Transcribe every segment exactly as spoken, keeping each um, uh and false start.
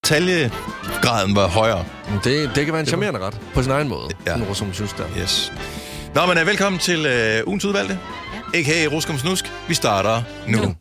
taljegraden var højere. Det, det kan være en charmerende ret, på sin egen måde. Ja. Ja. Som synes der. Yes. Nå, men uh, velkommen til uh, ugens udvalgte. Ja. A K A Ruskum Snusk. Vi starter nu. nu.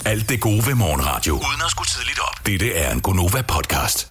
Alt det gode ved morgenradio. Uden at skulle tidligt op. Dette er en Gonova podcast.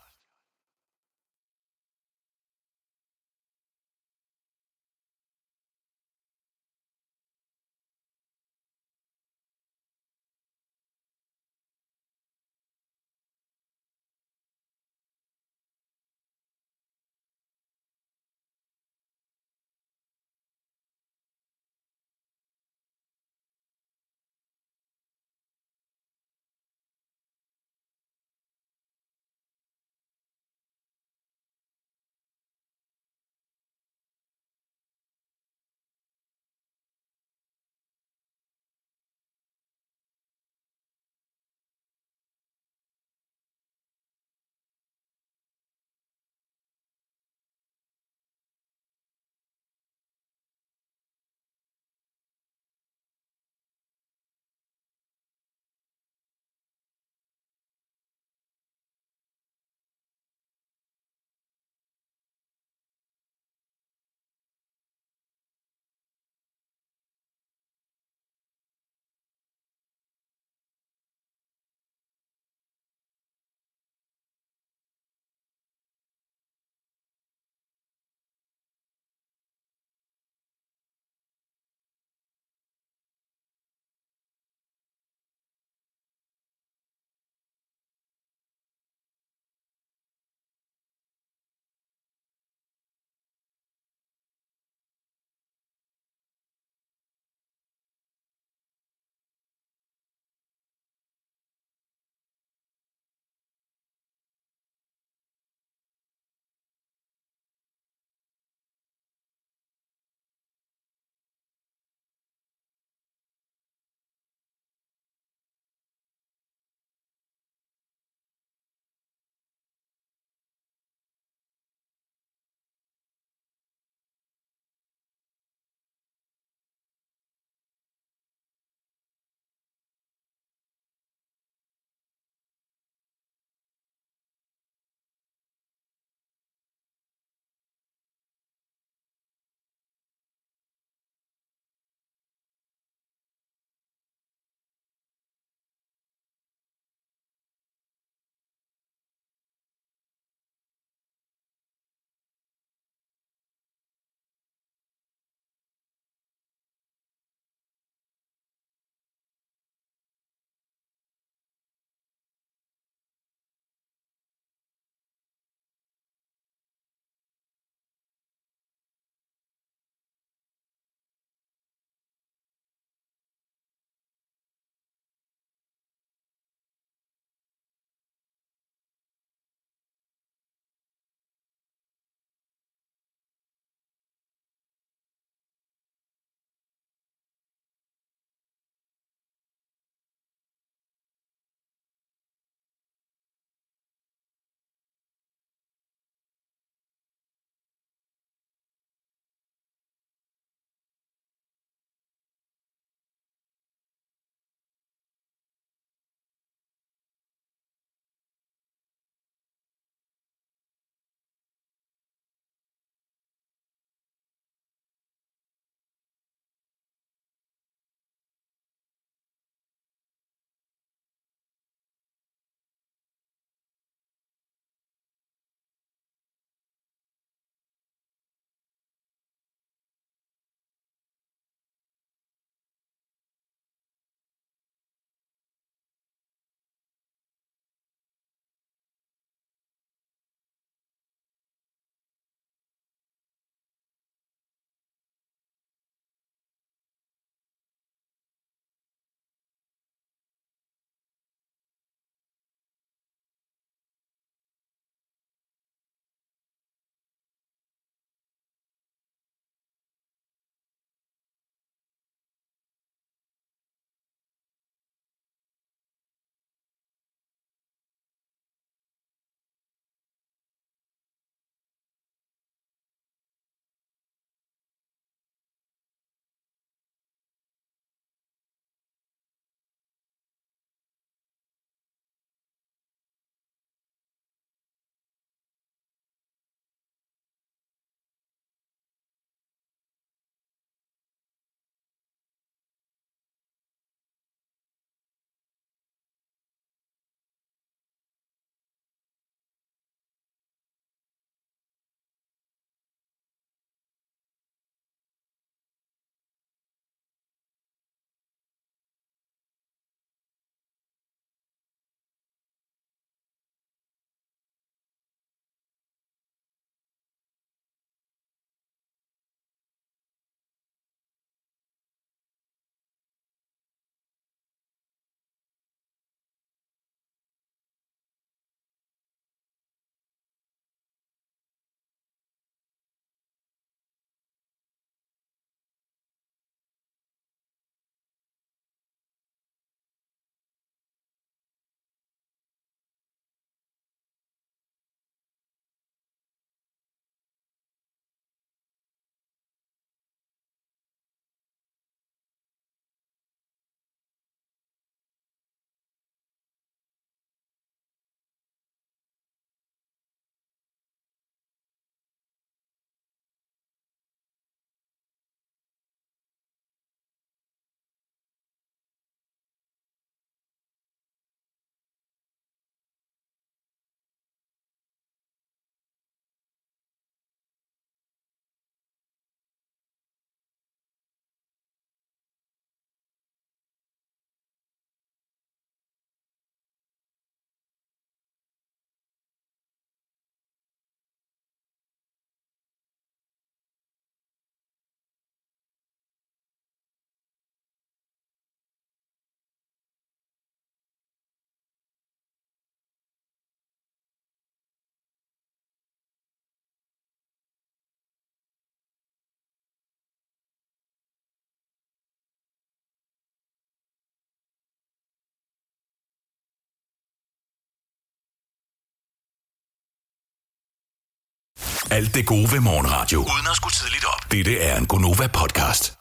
Alt det gode ved morgenradio. Uden at skulle tidligt op. Dette er en Gonova podcast.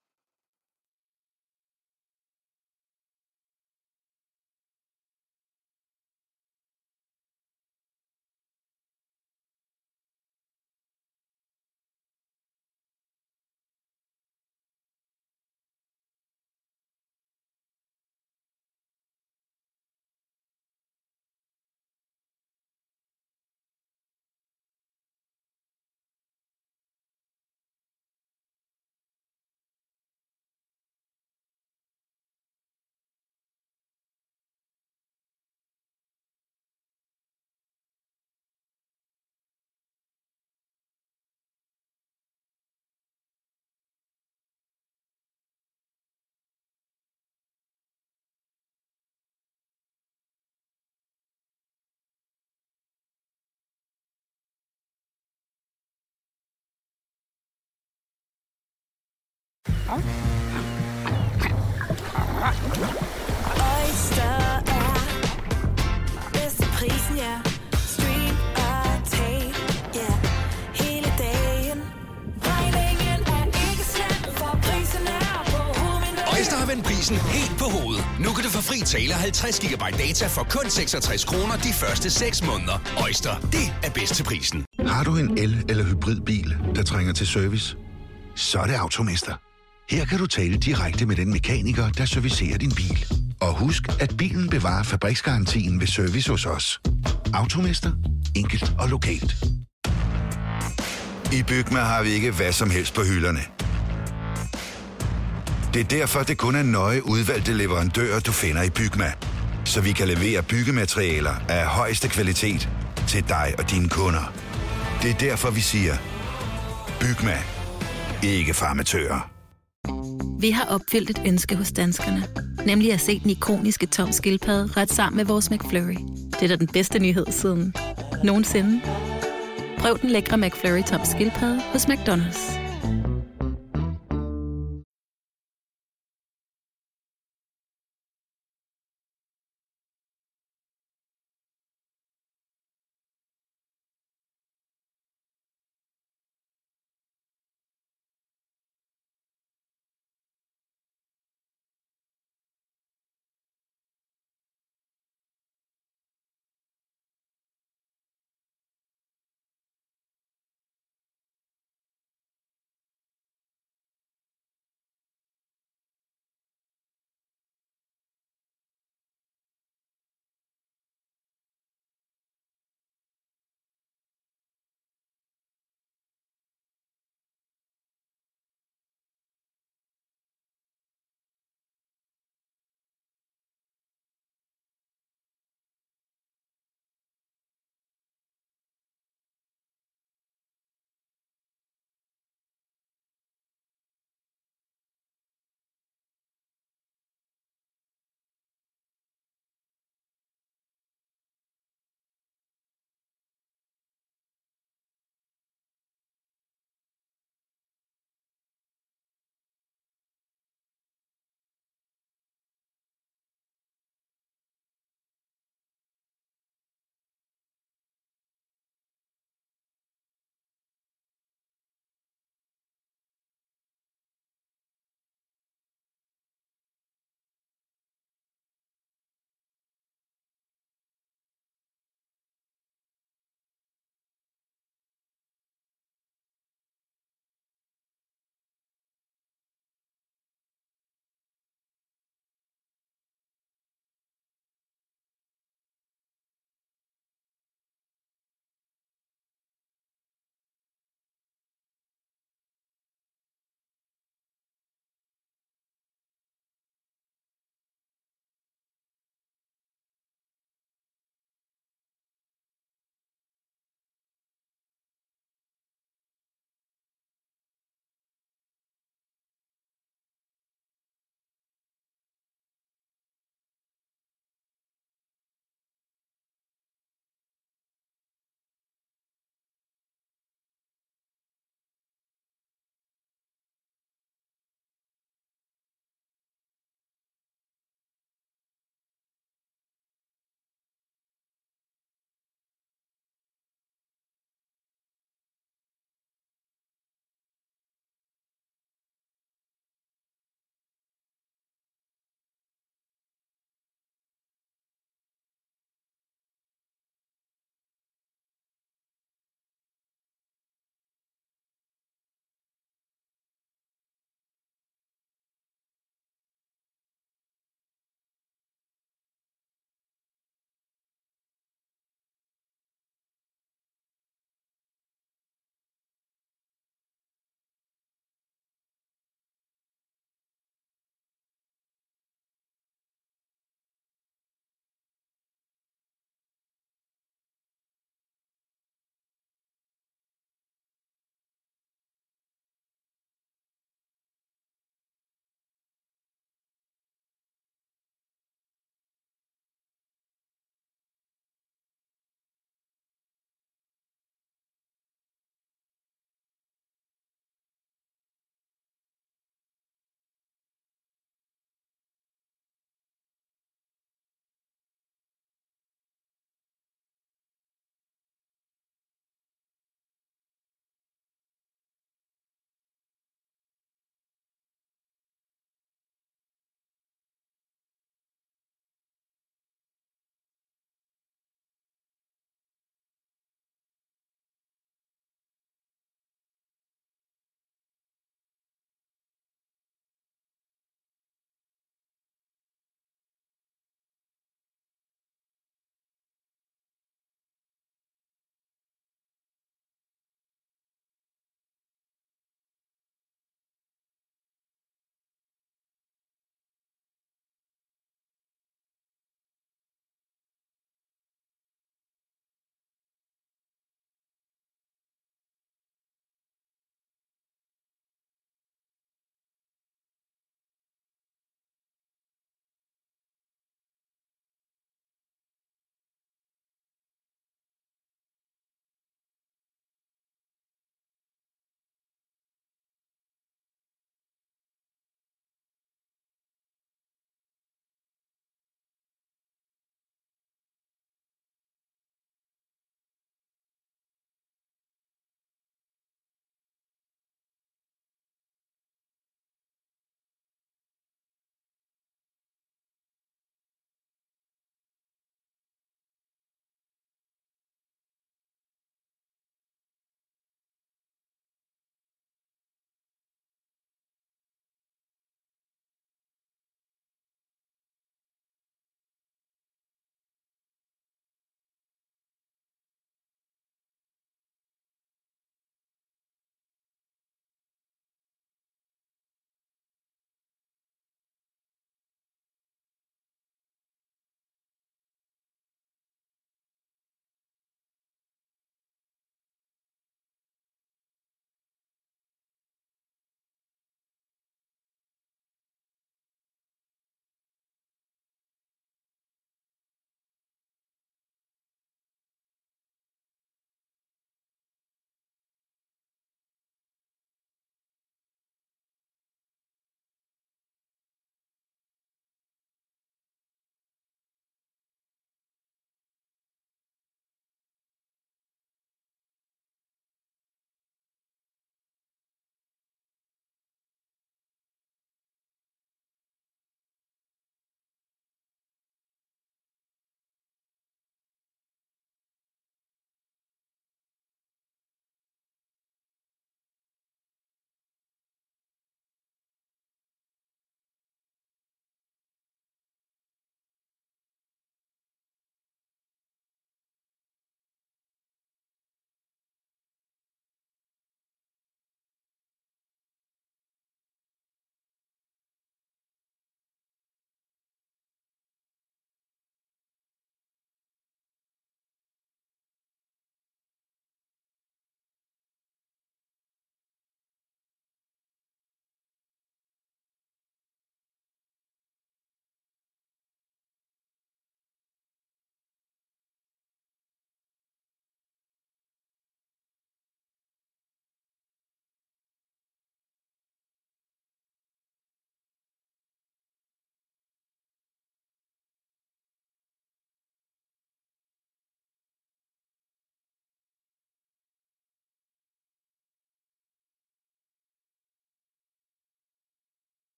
Oyster er bedst til prisen, ja. Stream og tag, ja. Hele dagen. Regningen er ikke slem, for prisen er på hovedet. Oyster har vendt prisen helt på hovedet. Nu kan du få fri tale halvtreds gigabyte data for kun seksogtres kroner de første seks måneder. Oyster, det er bedst til prisen. Har du en el- eller hybridbil, der trænger til service? Så er det Automester. Her kan du tale direkte med den mekaniker, der servicerer din bil. Og husk, at bilen bevarer fabriksgarantien ved service hos os. Automester. Enkelt og lokalt. I Bygma har vi ikke hvad som helst på hylderne. Det er derfor, det kun er nøje udvalgte leverandører, du finder i Bygma. Så vi kan levere byggematerialer af højeste kvalitet til dig og dine kunder. Det er derfor, vi siger, Bygma. Ikke farmatører. Vi har opfyldt et ønske hos danskerne. Nemlig at se den ikoniske Tom Skildpadde ret sammen med vores McFlurry. Det er da den bedste nyhed siden nogensinde. Prøv den lækre McFlurry Tom Skildpadde hos McDonald's.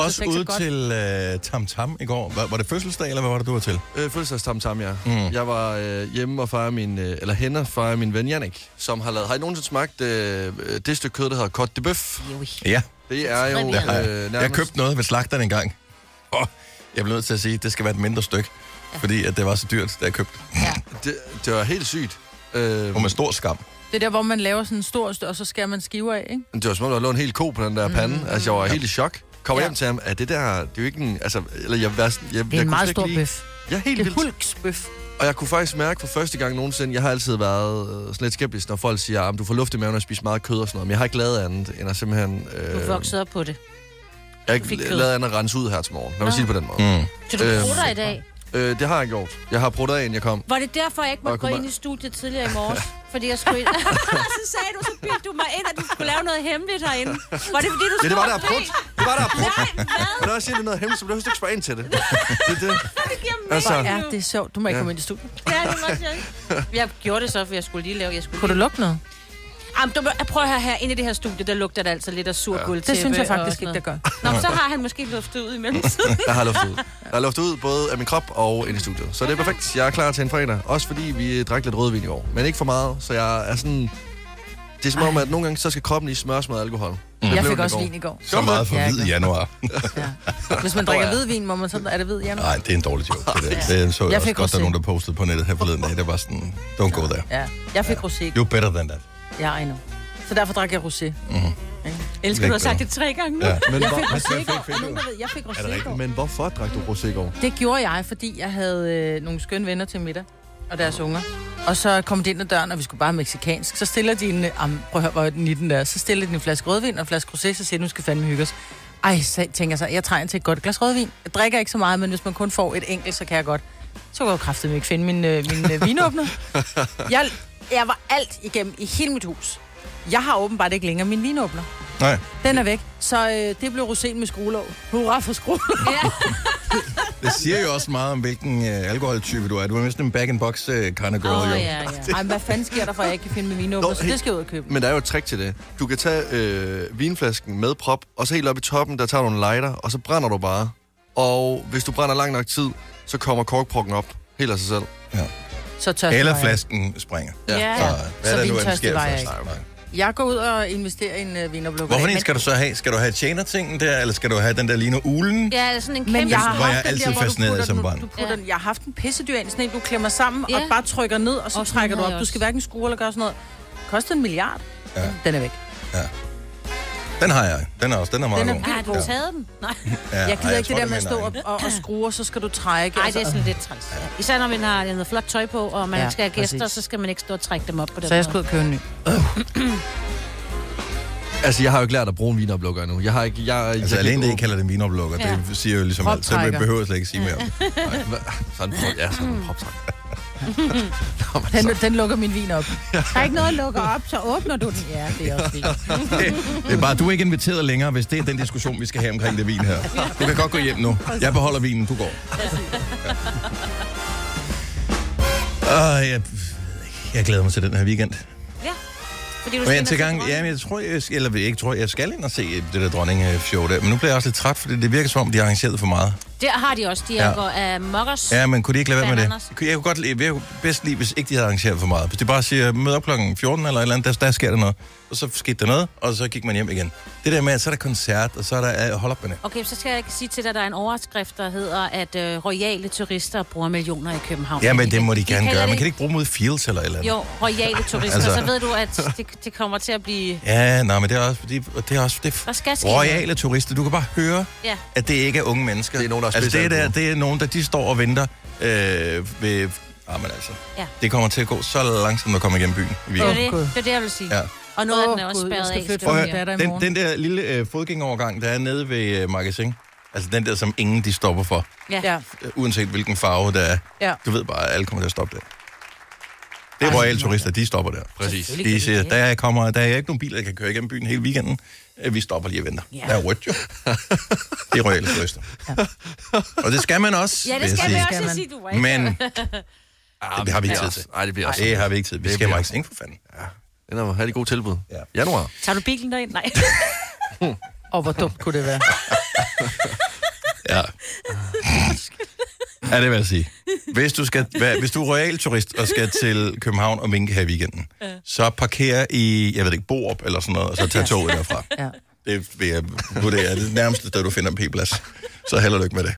var seks og også seks er ude godt. til uh, Tam Tam i går. Var, var det fødselsdag, eller hvad var det, du var til? Øh, Fødselsdagstam tam, ja. Mm. Jeg var øh, hjemme og fejrede min, øh, eller henne og fejrede min ven Jannik, som har lavet... Har I nogensinde smagt øh, det stykke kød, der hedder Côte de Bœuf? Ja, Det er jo øh, det har jeg. nærmest... Jeg købte noget ved slagteren engang. Oh, jeg blev nødt til at sige, at det skal være et mindre stykke. Ja. Fordi at det var så dyrt, da jeg købte. Det, det var helt sygt. Øh, Og med stor skam. Det er der, hvor man laver sådan en stor, st- og så skærer man skiver af, ikke? det var som om, der lå en hel ko på den der pande. Mm. Altså, jeg var helt i chok. Kommer Ja. hjem til ham, at det der... Det er jo ikke en... Altså, eller jeg, jeg, jeg, Det er en meget stor bøf. Ja, helt Det er vildt. hulksbøf. Og jeg kunne faktisk mærke for første gang nogensinde, jeg har altid været øh, sådan lidt skeptisk, når folk siger, at du får luft i maven og spiser meget kød og sådan noget. Men jeg har ikke lavet andet, end at simpelthen... Øh, Du er vokset op på det. jeg har du fik ikke kød. lavet andet at rense ud her til morgen. Lad mig sige det på den måde. Mm. Så du Øhm. prutter i dag. Øh, det har jeg gjort. Jeg har pruttet af, inden jeg kom. Var det derfor, jeg ikke måtte Og gå jeg ind kunne i studiet tidligere i morges? Fordi jeg skulle ind. Så sagde du, så bildte du mig ind, at du skulle lave noget hemmeligt herinde. Var det fordi, du Ja, det var stod der og prut. grinte? Det var der prut. Nej, hvad? Og når jeg siger, det er noget hemmeligt, så behøver du ikke spørge ind til det. Det er det. Det giver Altså- mening. Ja, det er sjovt. Du må ikke Ja. komme ind i studiet. Ja, det var sjovt. Jeg gjorde det så, for jeg skulle lige lave... Jeg skulle Kunne du lige... lukke noget? Jamen, du, prøv at høre her. Inde i det her studie, der lugter det altså lidt af sur ja. guldtæppe. Det synes jeg faktisk og ikke, sådan der gør. noget. Nå, så har han måske luftet ud i mellemtiden. Jeg har luftet ud. Jeg har luftet ud både af min krop og ind i studiet. Så det er perfekt. Jeg er klar til en fredag. Også fordi vi drak lidt rødvin i år. Men ikke for meget, så jeg er sådan... Det er som om, at nogle gange så skal kroppen lige smøres med alkohol. Jeg blev fik den i også går. vin i går. Så meget for Ja, hvid i januar. Ja. Hvis man drikker hvidvin, må man sådan... Er det hvid januar? Nej, det er en dårlig joke. Det, der. det så jeg, Jeg også fik godt, der er rosé. nogen, der postede på nettet her forleden dag. Det var sådan, don't go there. Ja. Jeg fik rosé. You're better than that. Ja, I know. Så derfor drak jeg rosé. Mm-hmm. Elsker, du har sagt det tre gange nu. Ja. Men, Jeg hvor, fik rosé i går. Er nogen, der ved, jeg fik rosé i går. men hvorfor drak du rosé i går? Det gjorde jeg, fordi jeg havde øh, nogle skønne venner til middag. Og deres unger. Og så kom de ind ad døren, og vi skulle bare mexikansk. Så stiller de en... Um, prøv at høre, hvor er den i den der. Så stiller de en flaske rødvin og en flaske rosé, så siger de, nu skal fandme hygge os. Ej, så tænker jeg så, jeg trænger til et godt glas rødvin. Jeg drikker ikke så meget, men hvis man kun får et enkelt, så kan jeg godt. Så kunne jeg jo kraftedeme ikke finde min, øh, min øh, vinåbner. Jeg, jeg var alt igennem i hele mit hus. Jeg har åbenbart ikke længere min vinåbner. Nej. Den er væk. Så øh, det blev rosén med skruelåg. Hurra for skruelåg. Ja. Det siger jo også meget om, hvilken øh, alkoholtype du er. Du er næsten en back-in-box øh, kind of girl, Åh, jo. ja, ja. Ej, men hvad fanden sker der for, at jeg ikke kan finde min vinåbner? Nå, Så helt- det skal jeg ud og købe. Men der er jo et trick til det. Du kan tage øh, vinflasken med prop, og så helt op i toppen, der tager du en lighter, og så brænder du bare. Og hvis du brænder lang nok tid, så kommer korkproppen op helt af sig selv. Ja. Så tørstig Eller var jeg. flasken springer. Ja. Ja. Så, hvad Så der nu end vintørstig sker var jeg først. ikke. Nej. Jeg går ud og investerer i en uh, vinerblukker. Hvorfor en skal du så have? Skal du have tjenertingen der, eller skal du have den der ligner ulen? Ja, sådan en kæmpe... Men jeg har Hvor jeg haft er den altid der, hvor du fascineret putter som den, barn. du putter Ja. den. Jeg har haft en pissedyr, sådan en, du klemmer sammen Ja. og bare trykker ned, og så Og sådan trækker du havde op. jeg Du også. skal hverken skrue eller gøre sådan noget. Koster en milliard. Ja. Den er væk. Den har jeg. Den er også. Den er meget Den er god. Har du taget den? Nej. Ja, Jeg ej, gider ikke tror, det der med at er stå min og, egen. og, og skrue, og så skal du trække. Nej, altså. det er sådan lidt træls. Især når man har noget flot tøj på, og man Ja, skal have gæster, præcis. så skal man ikke stå og trække dem op på den Så jeg måde. skal ud og købe en ny. Altså, jeg har jo ikke lært at bruge en vinoplukker endnu. Jeg har ikke... Jeg, Altså, jeg, alene det, I kalder det vinoplukker, Ja. det siger jo ligesom alt. Så Proptrækker. behøver jeg slet ikke sige mere om. Sådan, ja, sådan en proptræk. Den, den lukker min vin op. Der er ikke noget at lukke op, så åbner du den. Ja, det er også fint. Det er bare, du er ikke inviteret længere, hvis det er den diskussion, vi skal have omkring det vin her. Du kan godt gå hjem nu. Jeg beholder vinen, du går. Ja. Uh, jeg, jeg glæder mig til den her weekend. Ja. Fordi du Men skal til ind og se gang, dronningen. ja, men jeg tror, jeg, skal- eller jeg ikke tror, jeg skal ind og se det der dronning-show der. Men nu bliver jeg også lidt træt, fordi det virker som om, de har arrangeret for meget. Det har de også. De Ja. ja. går af mokkers. Ja, men kunne de ikke lade være med det? Bananas. Jeg kunne godt lide, jeg kunne bedst lide, hvis ikke de havde arrangeret for meget. Hvis de bare siger, mød op klokken fjorten eller et eller andet, der, der sker der noget. Og så skete der noget, og så gik man hjem igen. Det der med, at så er der koncert, og så er der, hold op med det. Okay, så skal jeg ikke sige til dig, at der er en overskrift, der hedder, at øh, royale turister bruger millioner i København. Ja, men det må de gerne kalder gøre. Man det- kan ikke bruge mod Fields eller et eller andet. Jo, royale turister, Altså- altså... så ved du, at det, det kommer til at blive... Ja, nej, men det er også, fordi, det er også det Der skal ske royale turister. Du kan bare høre, Ja. at det ikke er unge mennesker. Det er nogen, der er altså, det, er der, spidsalbuer. det er nogen, der de står og venter øh, ved... Ah, men altså, Ja. det kommer til at gå så langsomt at komme igennem byen i Det er weekenden. det, Gud. det, er det jeg vil sige. Ja. Og noget af Åh, den er også Gud, jeg spærret skal af. flytte skal for du min høre. datter i Den, morgen. den der lille øh, fodgængerovergang, der er nede ved øh, Magasin, altså den der, som ingen de stopper for, Ja. Ja, øh, uanset hvilken farve der er. ja. Du ved bare, at alle kommer til at stoppe der. Det er royale turister, de stopper der. Præcis. De siger, der, kommer, der er ikke nogen biler, der kan køre igennem byen hele weekenden. Øh, Vi stopper lige og venter. Ja. Der er rødt jo. Det er royale turister. Og det skal man også, Ja, vil det jeg skal vi sige. også Skal man. sige, du var ikke. Men Ah, det har vi ikke bliver tid til. også- Nej, det bliver også. det har vi ikke tid. Vi Det skal bliver- Magasin for fanden. Den er have de gode tilbud. Ja. Januar. Tager du bilen derind? Nej. Og hvor dumt kunne det være? Ja. Ja, det vil jeg sige. Hvis du, skal, hvis du er royal turist og skal til København og minke her i weekenden, ja. så parker i, jeg ved ikke, Borup eller sådan noget, og så tag toget derfra. Ja. Det vil jeg vurdere. Det er det nærmeste, da du finder en p-plads. Så held og lykke med det.